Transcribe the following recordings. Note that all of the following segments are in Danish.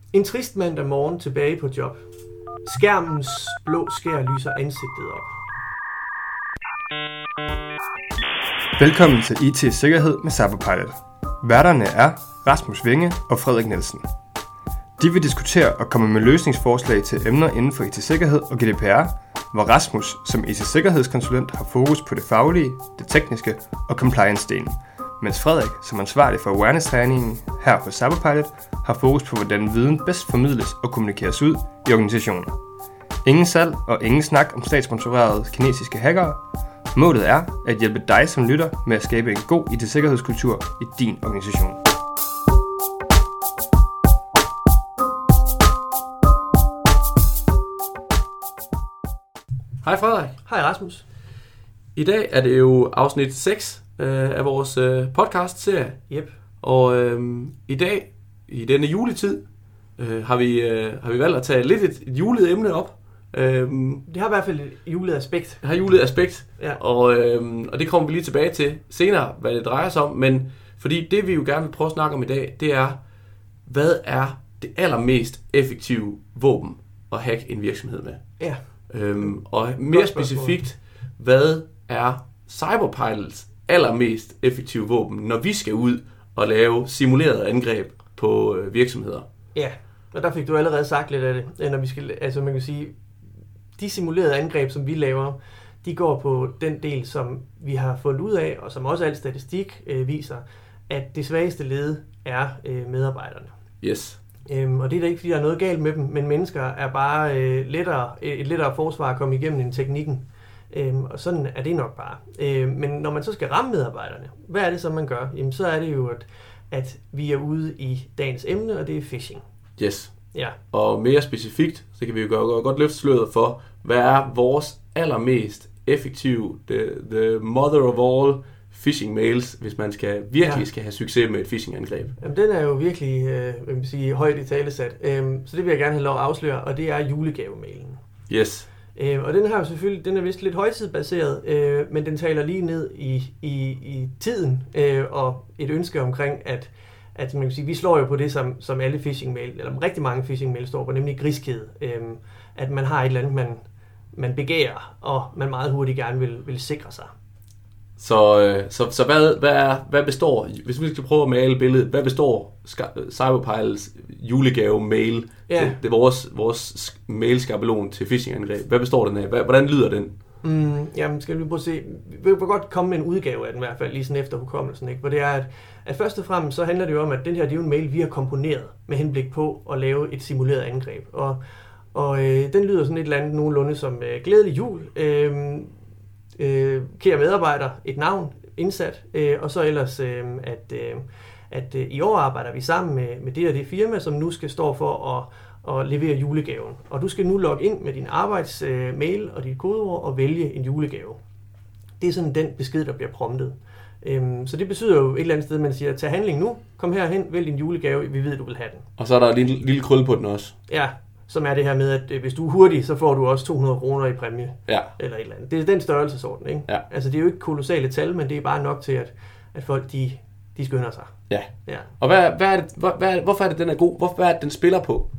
En trist mandag morgen tilbage på job. Skærmens blå skær lyser ansigtet op. Velkommen til IT Sikkerhed med Cyberpilot. Værterne er Rasmus Winge og Frederik Nielsen. De vil diskutere og komme med løsningsforslag til emner inden for IT-sikkerhed og GDPR, hvor Rasmus som IT-sikkerhedskonsulent har fokus på det faglige, det tekniske og compliance-delen, mens Frederik som ansvarlig for awareness-træningen her på Cyberpilot har fokus på, hvordan viden bedst formidles og kommunikeres ud i organisationen. Ingen salg og ingen snak om statssponsorerede kinesiske hackere. Målet er at hjælpe dig som lytter med at skabe en god IT-sikkerhedskultur i din organisation. Hej Frederik. Hej Rasmus. I dag er det jo afsnit 6 af vores podcast-serie. Yep. Og i dag, i denne juletid, har vi valgt at tage lidt et julet emne op. Det har i hvert fald et julet aspekt. Det har julet aspekt, ja. Og det kommer vi lige tilbage til senere, hvad det drejer sig om. Men fordi det vi jo gerne vil prøve at snakke om i dag, det er, hvad er det allermest effektive våben at hacke en virksomhed med? Ja. Og mere specifikt, hvad er Cyberpilots allermest effektive våben, når vi skal ud og lave simulerede angreb på virksomheder? Ja, og der fik du allerede sagt lidt af det. Når vi skal, altså man kan sige, de simulerede angreb, som vi laver, de går på den del, som vi har fundet ud af, og som også al statistik viser, at det svageste led er medarbejderne. Yes. Og det er da ikke, fordi der er noget galt med dem, men mennesker er bare et lettere forsvar at komme igennem end teknikken. Og sådan er det nok bare. Men når man så skal ramme medarbejderne, hvad er det så, man gør? Jamen, så er det jo, at vi er ude i dagens emne, og det er phishing. Yes. Ja. Og mere specifikt, så kan vi jo godt løfte sløret for, hvad er vores allermest effektive, the mother of all phishing mails, hvis man virkelig skal have succes med et phishing-angreb. Jamen, den er jo virkelig højt i talesat. Så det vil jeg gerne have lov at afsløre, og det er julegavemailen. Yes. Og den her selvfølgelig, den er vist lidt højtidsbaseret, men den taler lige ned i tiden, og et ønske omkring, at man kan sige, vi slår jo på det, som alle phishing-mail, eller rigtig mange phishing-mail står på, nemlig griskhed. At man har et eller andet, man begærer, og man meget hurtigt gerne vil sikre sig. Så hvad består, hvis vi skal prøve at male billedet, hvad består Cyberpilots julegave-mail, det er vores mail-skabelon til phishing-angreb, hvad består den af? Hvordan lyder den? Jamen, skal vi prøve at se. Vi vil godt komme med en udgave af den i hvert fald, lige sådan efter hukommelsen, ikke? Hvor det er, at først og fremmest så handler det jo om, at den her, det er jo en mail, vi har komponeret med henblik på at lave et simuleret angreb. Og den lyder sådan et eller andet nogenlunde som glædelig jul, kære medarbejder, et navn indsat, og så ellers, at i år arbejder vi sammen med det og det firma, som nu skal stå for at levere julegaven. Og du skal nu logge ind med din arbejdsmail og dit kodeord og vælge en julegave. Det er sådan den besked, der bliver promptet. Så det betyder jo et eller andet sted, at man siger, tag handling nu, kom herhen, vælg din julegave, vi ved, du vil have den. Og så er der en lille krølle på den også. Ja, som er det her med, at hvis du er hurtig, så får du også 200 kroner i præmie. Ja. Eller et eller andet. Det er den størrelsesorden, ikke? Ja. Altså, det er jo ikke kolossale tal, men det er bare nok til, at folk, de skynder sig. Ja. Ja. Og hvorfor er det, den er god? Hvorfor er det, den spiller på?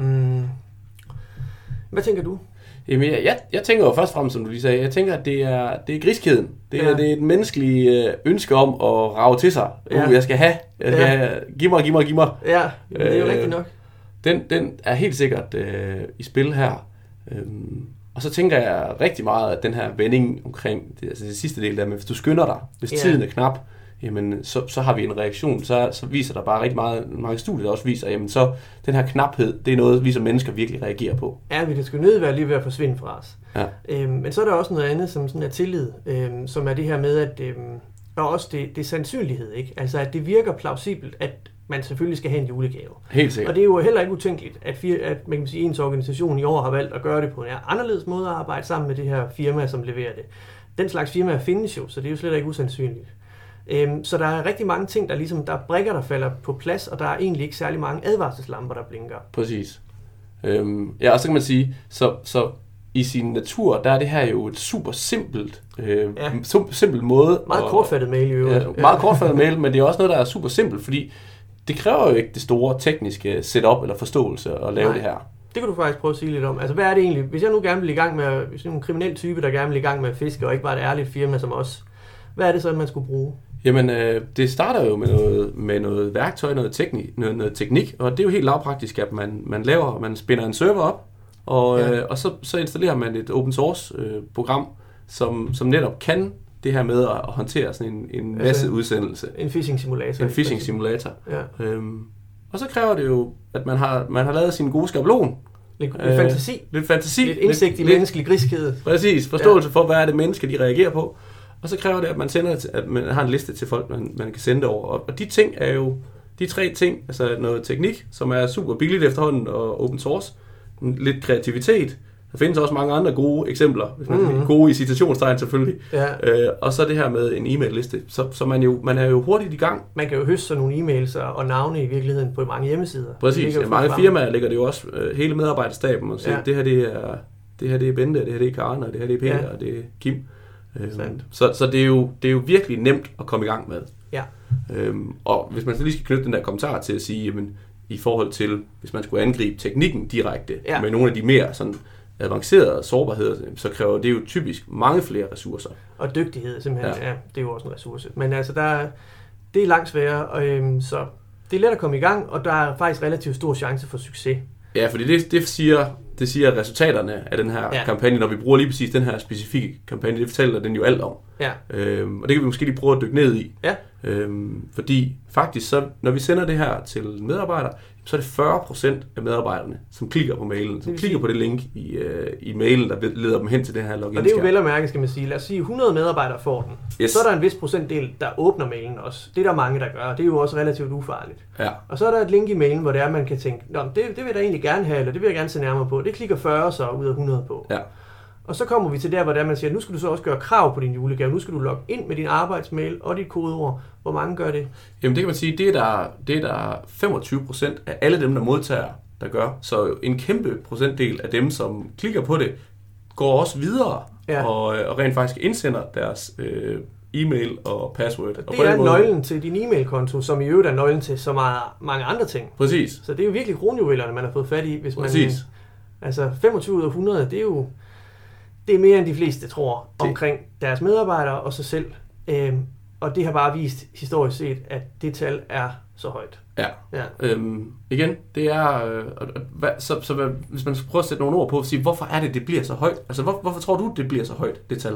Hvad tænker du? Jamen, jeg tænker jo først og fremmest, som du lige sagde, jeg tænker, at det er griskheden. Det er et menneskeligt ønske om at rage til sig. Jeg skal have. Giv mig. Ja, jamen, det er jo rigtigt nok. Den er helt sikkert i spil her. Og så tænker jeg rigtig meget, at den her vending omkring det sidste del der med, hvis du skynder dig, hvis tiden er knap, jamen, så har vi en reaktion. Så viser der bare rigtig mange studier, der også viser, jamen, så den her knaphed, det er noget, vi som mennesker virkelig reagerer på. Ja, vi skal nødt være lige ved at forsvinde fra os. Ja. Men så er der også noget andet, som sådan er tillid, som er det her med, at og også det er sandsynlighed, ikke? Altså, at det virker plausibelt, at man selvfølgelig skal have en julegave. Helt sikkert. Og det er jo heller ikke utænkeligt, at man kan sige, ens organisation i år har valgt at gøre det på en anderledes måde at arbejde sammen med det her firma, som leverer det. Den slags firmaer findes jo, så det er jo slet ikke usandsynligt. Så der er rigtig mange ting, der er brikker, der falder på plads, og der er egentlig ikke særlig mange advarselslamper, der blinker. Præcis. Ja, og så kan man sige, så i sin natur, der er det her jo et super simpelt, simpel måde. Meget kortfattet mail jo. Ja, meget kortfattet mail, men det er også noget, der er super simpelt, fordi det kræver jo ikke det store tekniske setup eller forståelse at lave det her. Det kan du faktisk prøve at sige lidt om. Altså, hvad er det egentlig? Hvis jeg nu gerne vil i gang med, hvis jeg er en kriminel type, der gerne vil i gang med at fiske, og ikke bare et ærligt firma som os, hvad er det så, man skulle bruge? Jamen, det starter jo med noget værktøj, noget teknik, og det er jo helt lavpraktisk, at man spænder en server op, og så installerer man et open source program, som netop kan det her med at håndtere sådan en masse udsendelse. En phishing simulator. En phishing simulator. Ja. Og så kræver det jo, at man har lavet sin gode skabelon. Lidt fantasi. Lidt fantasi. Lidt indsigt i menneskelig griskhed. Præcis. Forståelse for, hvad er det mennesker, de reagerer på. Og så kræver det, at man har en liste til folk, man kan sende det over. Og de ting er jo, de 3 ting, altså noget teknik, som er super billigt efterhånden, og open source, lidt kreativitet. Der findes også mange andre gode eksempler, hvis man gode i citationstegn selvfølgelig. Ja. Og så det her med en e-mail-liste. Så man er jo hurtigt i gang. Man kan jo høste sådan nogle e-mails og navne i virkeligheden på mange hjemmesider. Præcis. Ja, mange firmaer lægger det jo også hele medarbejderstaben og siger, det her det er Bente, det her det er Karen, og det her det er Peter, og det er Kim. Så det er jo virkelig nemt at komme i gang med. Ja. Og hvis man så lige skal knytte den der kommentar til at sige, jamen, i forhold til, hvis man skulle angribe teknikken direkte med nogle af de mere sådan avancerede sårbarheder, så kræver det jo typisk mange flere ressourcer. Og dygtighed simpelthen, ja det er jo også en ressource. Men altså, det er langt sværere, og så det er let at komme i gang, og der er faktisk relativt stor chance for succes. Ja, fordi det siger resultaterne af den her kampagne, når vi bruger lige præcis den her specifikke kampagne, det fortæller den jo alt om. Ja. Og det kan vi måske lige prøve at dykke ned i. Ja. Fordi faktisk, så, når vi sender det her til medarbejdere, så er det 40% af medarbejderne, som klikker på mailen, som klikker på det link i mailen, der leder dem hen til det her login. Og det er jo vel at mærke, skal man sige. Lad os sige, 100 medarbejdere får den. Yes. Så er der en vis procentdel, der åbner mailen også. Det er der mange, der gør. Det er jo også relativt ufarligt. Ja. Og så er der et link i mailen, hvor det er, man kan tænke, det vil jeg da egentlig gerne have, eller det vil jeg gerne se nærmere på. Det klikker 40 så ud af 100 på. Ja. Og så kommer vi til der, hvor det er, man siger, nu skal du så også gøre krav på din julegave. Nu skal du logge ind med din arbejdsmail og dit kodeord. Hvor mange gør det? Jamen det kan man sige, det er der 25% af alle dem, der modtager, der gør. Så en kæmpe procentdel af dem, som klikker på det, går også videre og rent faktisk indsender deres e-mail og password. Og det er nøglen til din e-mailkonto, som i øvrigt er nøglen til så mange andre ting. Præcis. Så det er jo virkelig kronjuvelerne, man har fået fat i. Hvis man, altså 25 ud af 100, det er mere end de fleste tror omkring deres medarbejdere og sig selv. Og det har bare vist historisk set, at det tal er så højt. Ja. Igen, det er... Så hvis man skal prøve at sætte nogle ord på og sige, hvorfor er det bliver så højt? Altså, hvorfor tror du, det bliver så højt, det tal?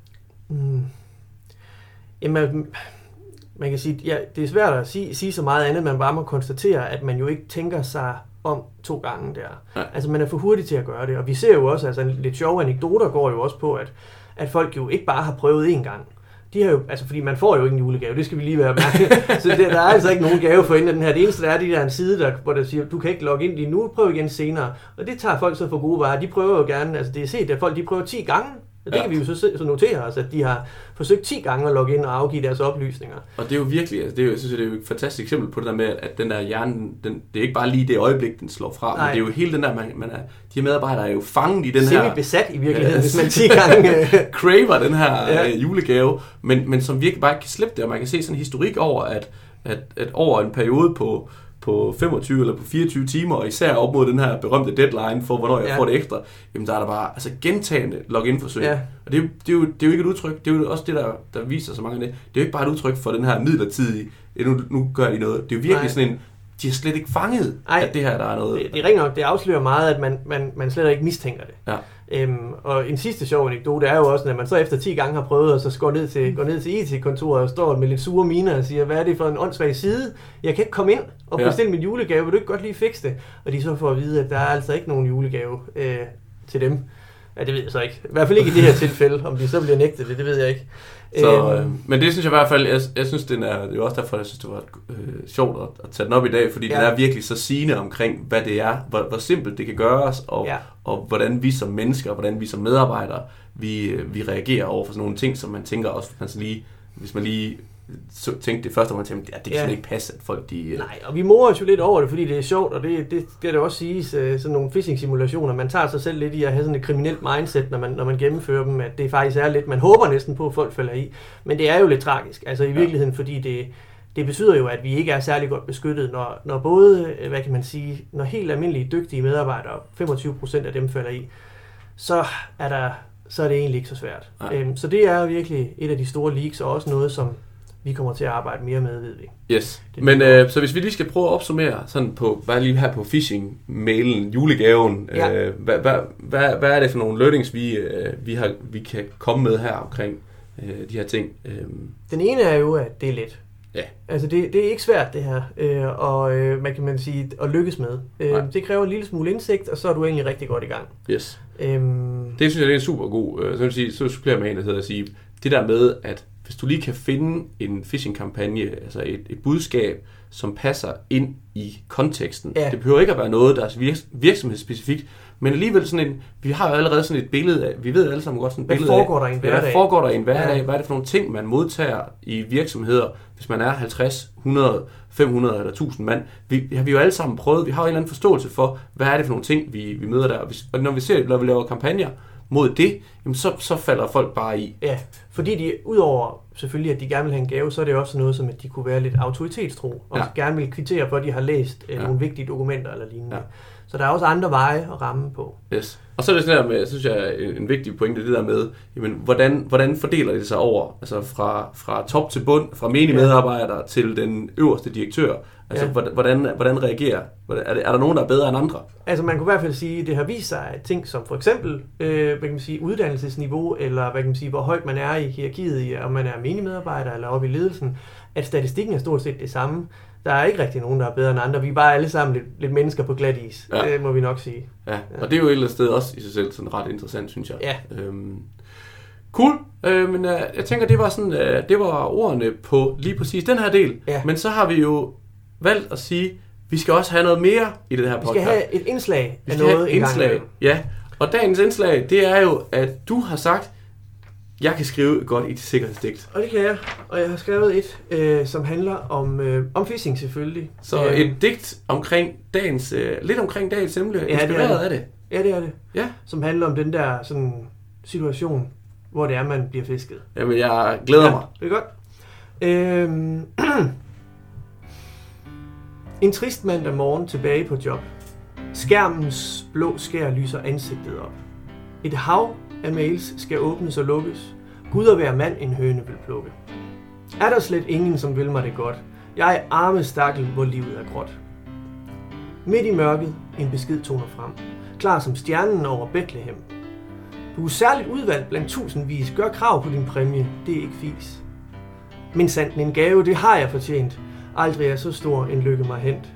Jamen, man kan sige, det er svært at sige så meget andet, man bare må konstatere, at man jo ikke tænker sig om 2 gange der. Ja. Altså, man er for hurtig til at gøre det. Og vi ser jo også, altså en lidt sjove anekdoter går jo også på, at folk jo ikke bare har prøvet 1 gang. De har jo, altså fordi man får jo ikke en julegave, det skal vi lige være opmærksom. Så der er altså ikke nogen gave for inden den her. Det eneste der er, der er en side, hvor der siger, du kan ikke logge ind lige nu, prøv igen senere. Og det tager folk så for gode varer. De prøver jo gerne, altså det er set, at folk de prøver 10 gange. Og det kan vi jo så notere os, at de har forsøgt 10 gange at logge ind og afgive deres oplysninger. Og det er jo virkelig, altså jeg synes, det er jo et fantastisk eksempel på det der med, at den der hjerne, det er ikke bare lige det øjeblik, den slår fra, men det er jo hele den der, de her medarbejdere er jo fanget i den her... Semi-besat i virkeligheden, hvis man 10 gange... craver den her julegave, men som virkelig bare ikke kan slippe det, og man kan se sådan en historik over, at over en periode på 25 eller på 24 timer, og især op mod den her berømte deadline for, hvornår jeg får det ekstra, jamen der er der bare gentagende login-forsøg. Ja. Og det er jo ikke et udtryk, det er jo også det, der viser så mange af det. Det er jo ikke bare et udtryk for den her midlertidige, nu gør de noget. Det er jo virkelig sådan en, de har slet ikke fanget, at det her, der er noget. Det er rigtig nok, det afslører meget, at man slet ikke mistænker det. Ja. Og en sidste sjov anekdote er jo også, at man så efter 10 gange har prøvet, og så går ned til IT-kontoret og står med lidt sure miner og siger, hvad er det for en åndssvag side? Jeg kan ikke komme ind og bestille min julegave, vil du ikke godt lige fikse det? Og de så får at vide, at der er altså ikke nogen julegave til dem. Ja, det ved jeg så ikke. I hvert fald ikke i det her tilfælde. Om de så bliver nægtet det ved jeg ikke. Så, men det synes jeg i hvert fald, jeg synes, det er jo også derfor, jeg synes, det var sjovt at tage den op i dag, fordi den er virkelig så sigende omkring, hvad det er, hvor simpelt det kan gøres, og hvordan vi som mennesker, hvordan vi som medarbejdere, vi reagerer over for sådan nogle ting, som man tænker også, hvis man lige tænkte det første, hvor man tænkte, det kan ikke passe, at folk de... Nej, og vi morer os jo lidt over det, fordi det er sjovt, og det skal det også siges, sådan nogle phishing-simulationer, man tager sig selv lidt i at have sådan et kriminelt mindset, når man gennemfører dem, at det faktisk er lidt, man håber næsten på, at folk falder i, men det er jo lidt tragisk, altså i virkeligheden, fordi det betyder jo, at vi ikke er særlig godt beskyttet, når både, når helt almindelige dygtige medarbejdere, 25% af dem falder i, så er det egentlig ikke så svært. Så det er virkelig et af de store leaks, og også noget, som vi kommer til at arbejde mere med, ved vi. Yes, men så hvis vi lige skal prøve at opsummere sådan på, bare lige her på phishing-mailen, julegaven, hvad er det for nogle learnings, vi kan komme med her omkring de her ting? Den ene er jo, at det er let. Ja. Altså det er ikke svært det her, og man sige, at lykkes med. Det kræver en lille smule indsigt, og så er du egentlig rigtig godt i gang. Yes. Det synes jeg, det er en super god, så supplerer man en, der hedder at sige, det der med, at hvis du lige kan finde en phishing-kampagne, altså et budskab, som passer ind i konteksten. Ja. Det behøver ikke at være noget, der er virksomhedsspecifikt, men alligevel sådan vi har jo allerede sådan et billede af, vi ved alle sammen godt sådan et billede af, hvad foregår der i en hverdag, hvad er det for nogle ting, man modtager i virksomheder, hvis man er 50, 100, 500 eller 1000 mand. Vi har jo alle sammen prøvet, vi har jo en eller anden forståelse for, hvad er det for nogle ting, vi møder der, og når vi laver kampagner mod det, jamen så falder folk bare i. Ja, fordi de, udover selvfølgelig, at de gerne vil have en gave, så er det også noget som, at de kunne være lidt autoritetstro, og gerne vil kvittere for, at de har læst nogle vigtige dokumenter eller lignende. Ja. Så der er også andre veje at ramme på. Yes. Og så er det sådan der med, synes jeg, en vigtig pointe, det der med, jamen, hvordan fordeler det sig over, altså fra top til bund, fra menige medarbejdere til den øverste direktør. Altså, hvordan reagerer? Er der nogen, der er bedre end andre? Altså, man kunne i hvert fald sige, at det har vist sig, at ting som for eksempel uddannelsesniveau, eller hvor højt man er i hierarkiet, om man er menig medarbejder eller oppe i ledelsen, at statistikken er stort set det samme. Der er ikke rigtig nogen, der er bedre end andre. Vi er bare alle sammen lidt mennesker på glat is. Ja. Det må vi nok sige. Ja, og det er jo et eller andet sted også i sig selv sådan ret interessant, synes jeg. Ja. Cool, men jeg tænker, det var sådan, det var ordene på lige præcis den her del. Ja. Men så har vi jo valgt at sige, vi skal også have noget mere i det her podcast. Vi skal have et indslag af noget en gang. Ja, og dagens indslag, det er jo, at du har sagt, jeg kan skrive et godt IT-sikkerhedsdigt. Og det kan jeg. Og jeg har skrevet et, som handler om phishing selvfølgelig. Så et digt omkring dagens, lidt omkring dagens emne, inspireret af det. Ja, det er det. Ja. Som handler om den der sådan, situation, hvor det er, man bliver fisket. Jamen, jeg glæder mig. Det er godt. En trist mandag morgen tilbage på job. Skærmens blå skær lyser ansigtet op. Et hav af mails skal åbnes og lukkes. Gud og hver mand en høne vil plukke. Er der slet ingen, som vil mig det godt? Jeg er arme stakkel, hvor livet er gråt. Midt i mørket en besked toner frem. Klar som stjernen over Bethlehem. Du er særligt udvalgt blandt tusindvis. Gør krav på din præmie. Det er ikke fis. Men sandt en gave, det har jeg fortjent. Aldrig er så stor en lykke mig hent.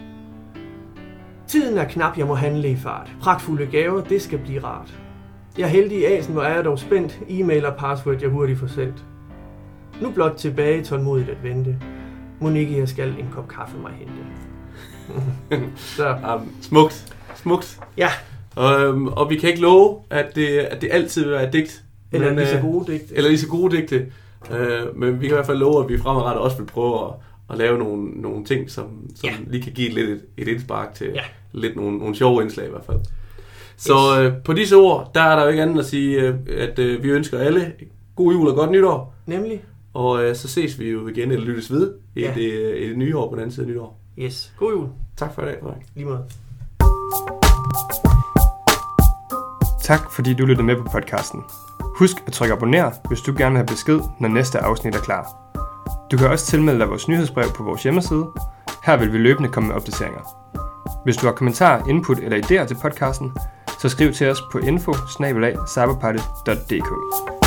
Tiden er knap, jeg må handle i fart. Pragtfulde gaver, det skal blive rart. Jeg er heldig i asen, hvor er jeg dog spændt. E-mail og password, jeg hurtigt får sendt. Nu blot tilbage tålmodigt at vente. Monique, jeg skal en kop kaffe mig hente. Så. Smukt. Ja. Og vi kan ikke love, at det altid vil være et digt. Eller lige så gode digte. Eller lige så gode digte. Men vi kan i hvert fald love, at vi fremadrettet også vil prøve at lave nogle ting, som lige kan give lidt et indspark til lidt nogle sjove indslag i hvert fald. Så på disse ord, der er der jo ikke andet at sige, at vi ønsker alle god jul og godt nytår. Nemlig. Og så ses vi jo igen, eller lyttes ved i det nye år på den anden side af nytår. Yes. God jul. Tak for i dag, Frederik. Lige måde. Tak fordi du lyttede med på podcasten. Husk at trykke abonner, hvis du gerne vil have besked, når næste afsnit er klar. Du kan også tilmelde dig vores nyhedsbrev på vores hjemmeside. Her vil vi løbende komme med opdateringer. Hvis du har kommentarer, input eller idéer til podcasten, så skriv til os på info@cyberpilot.dk.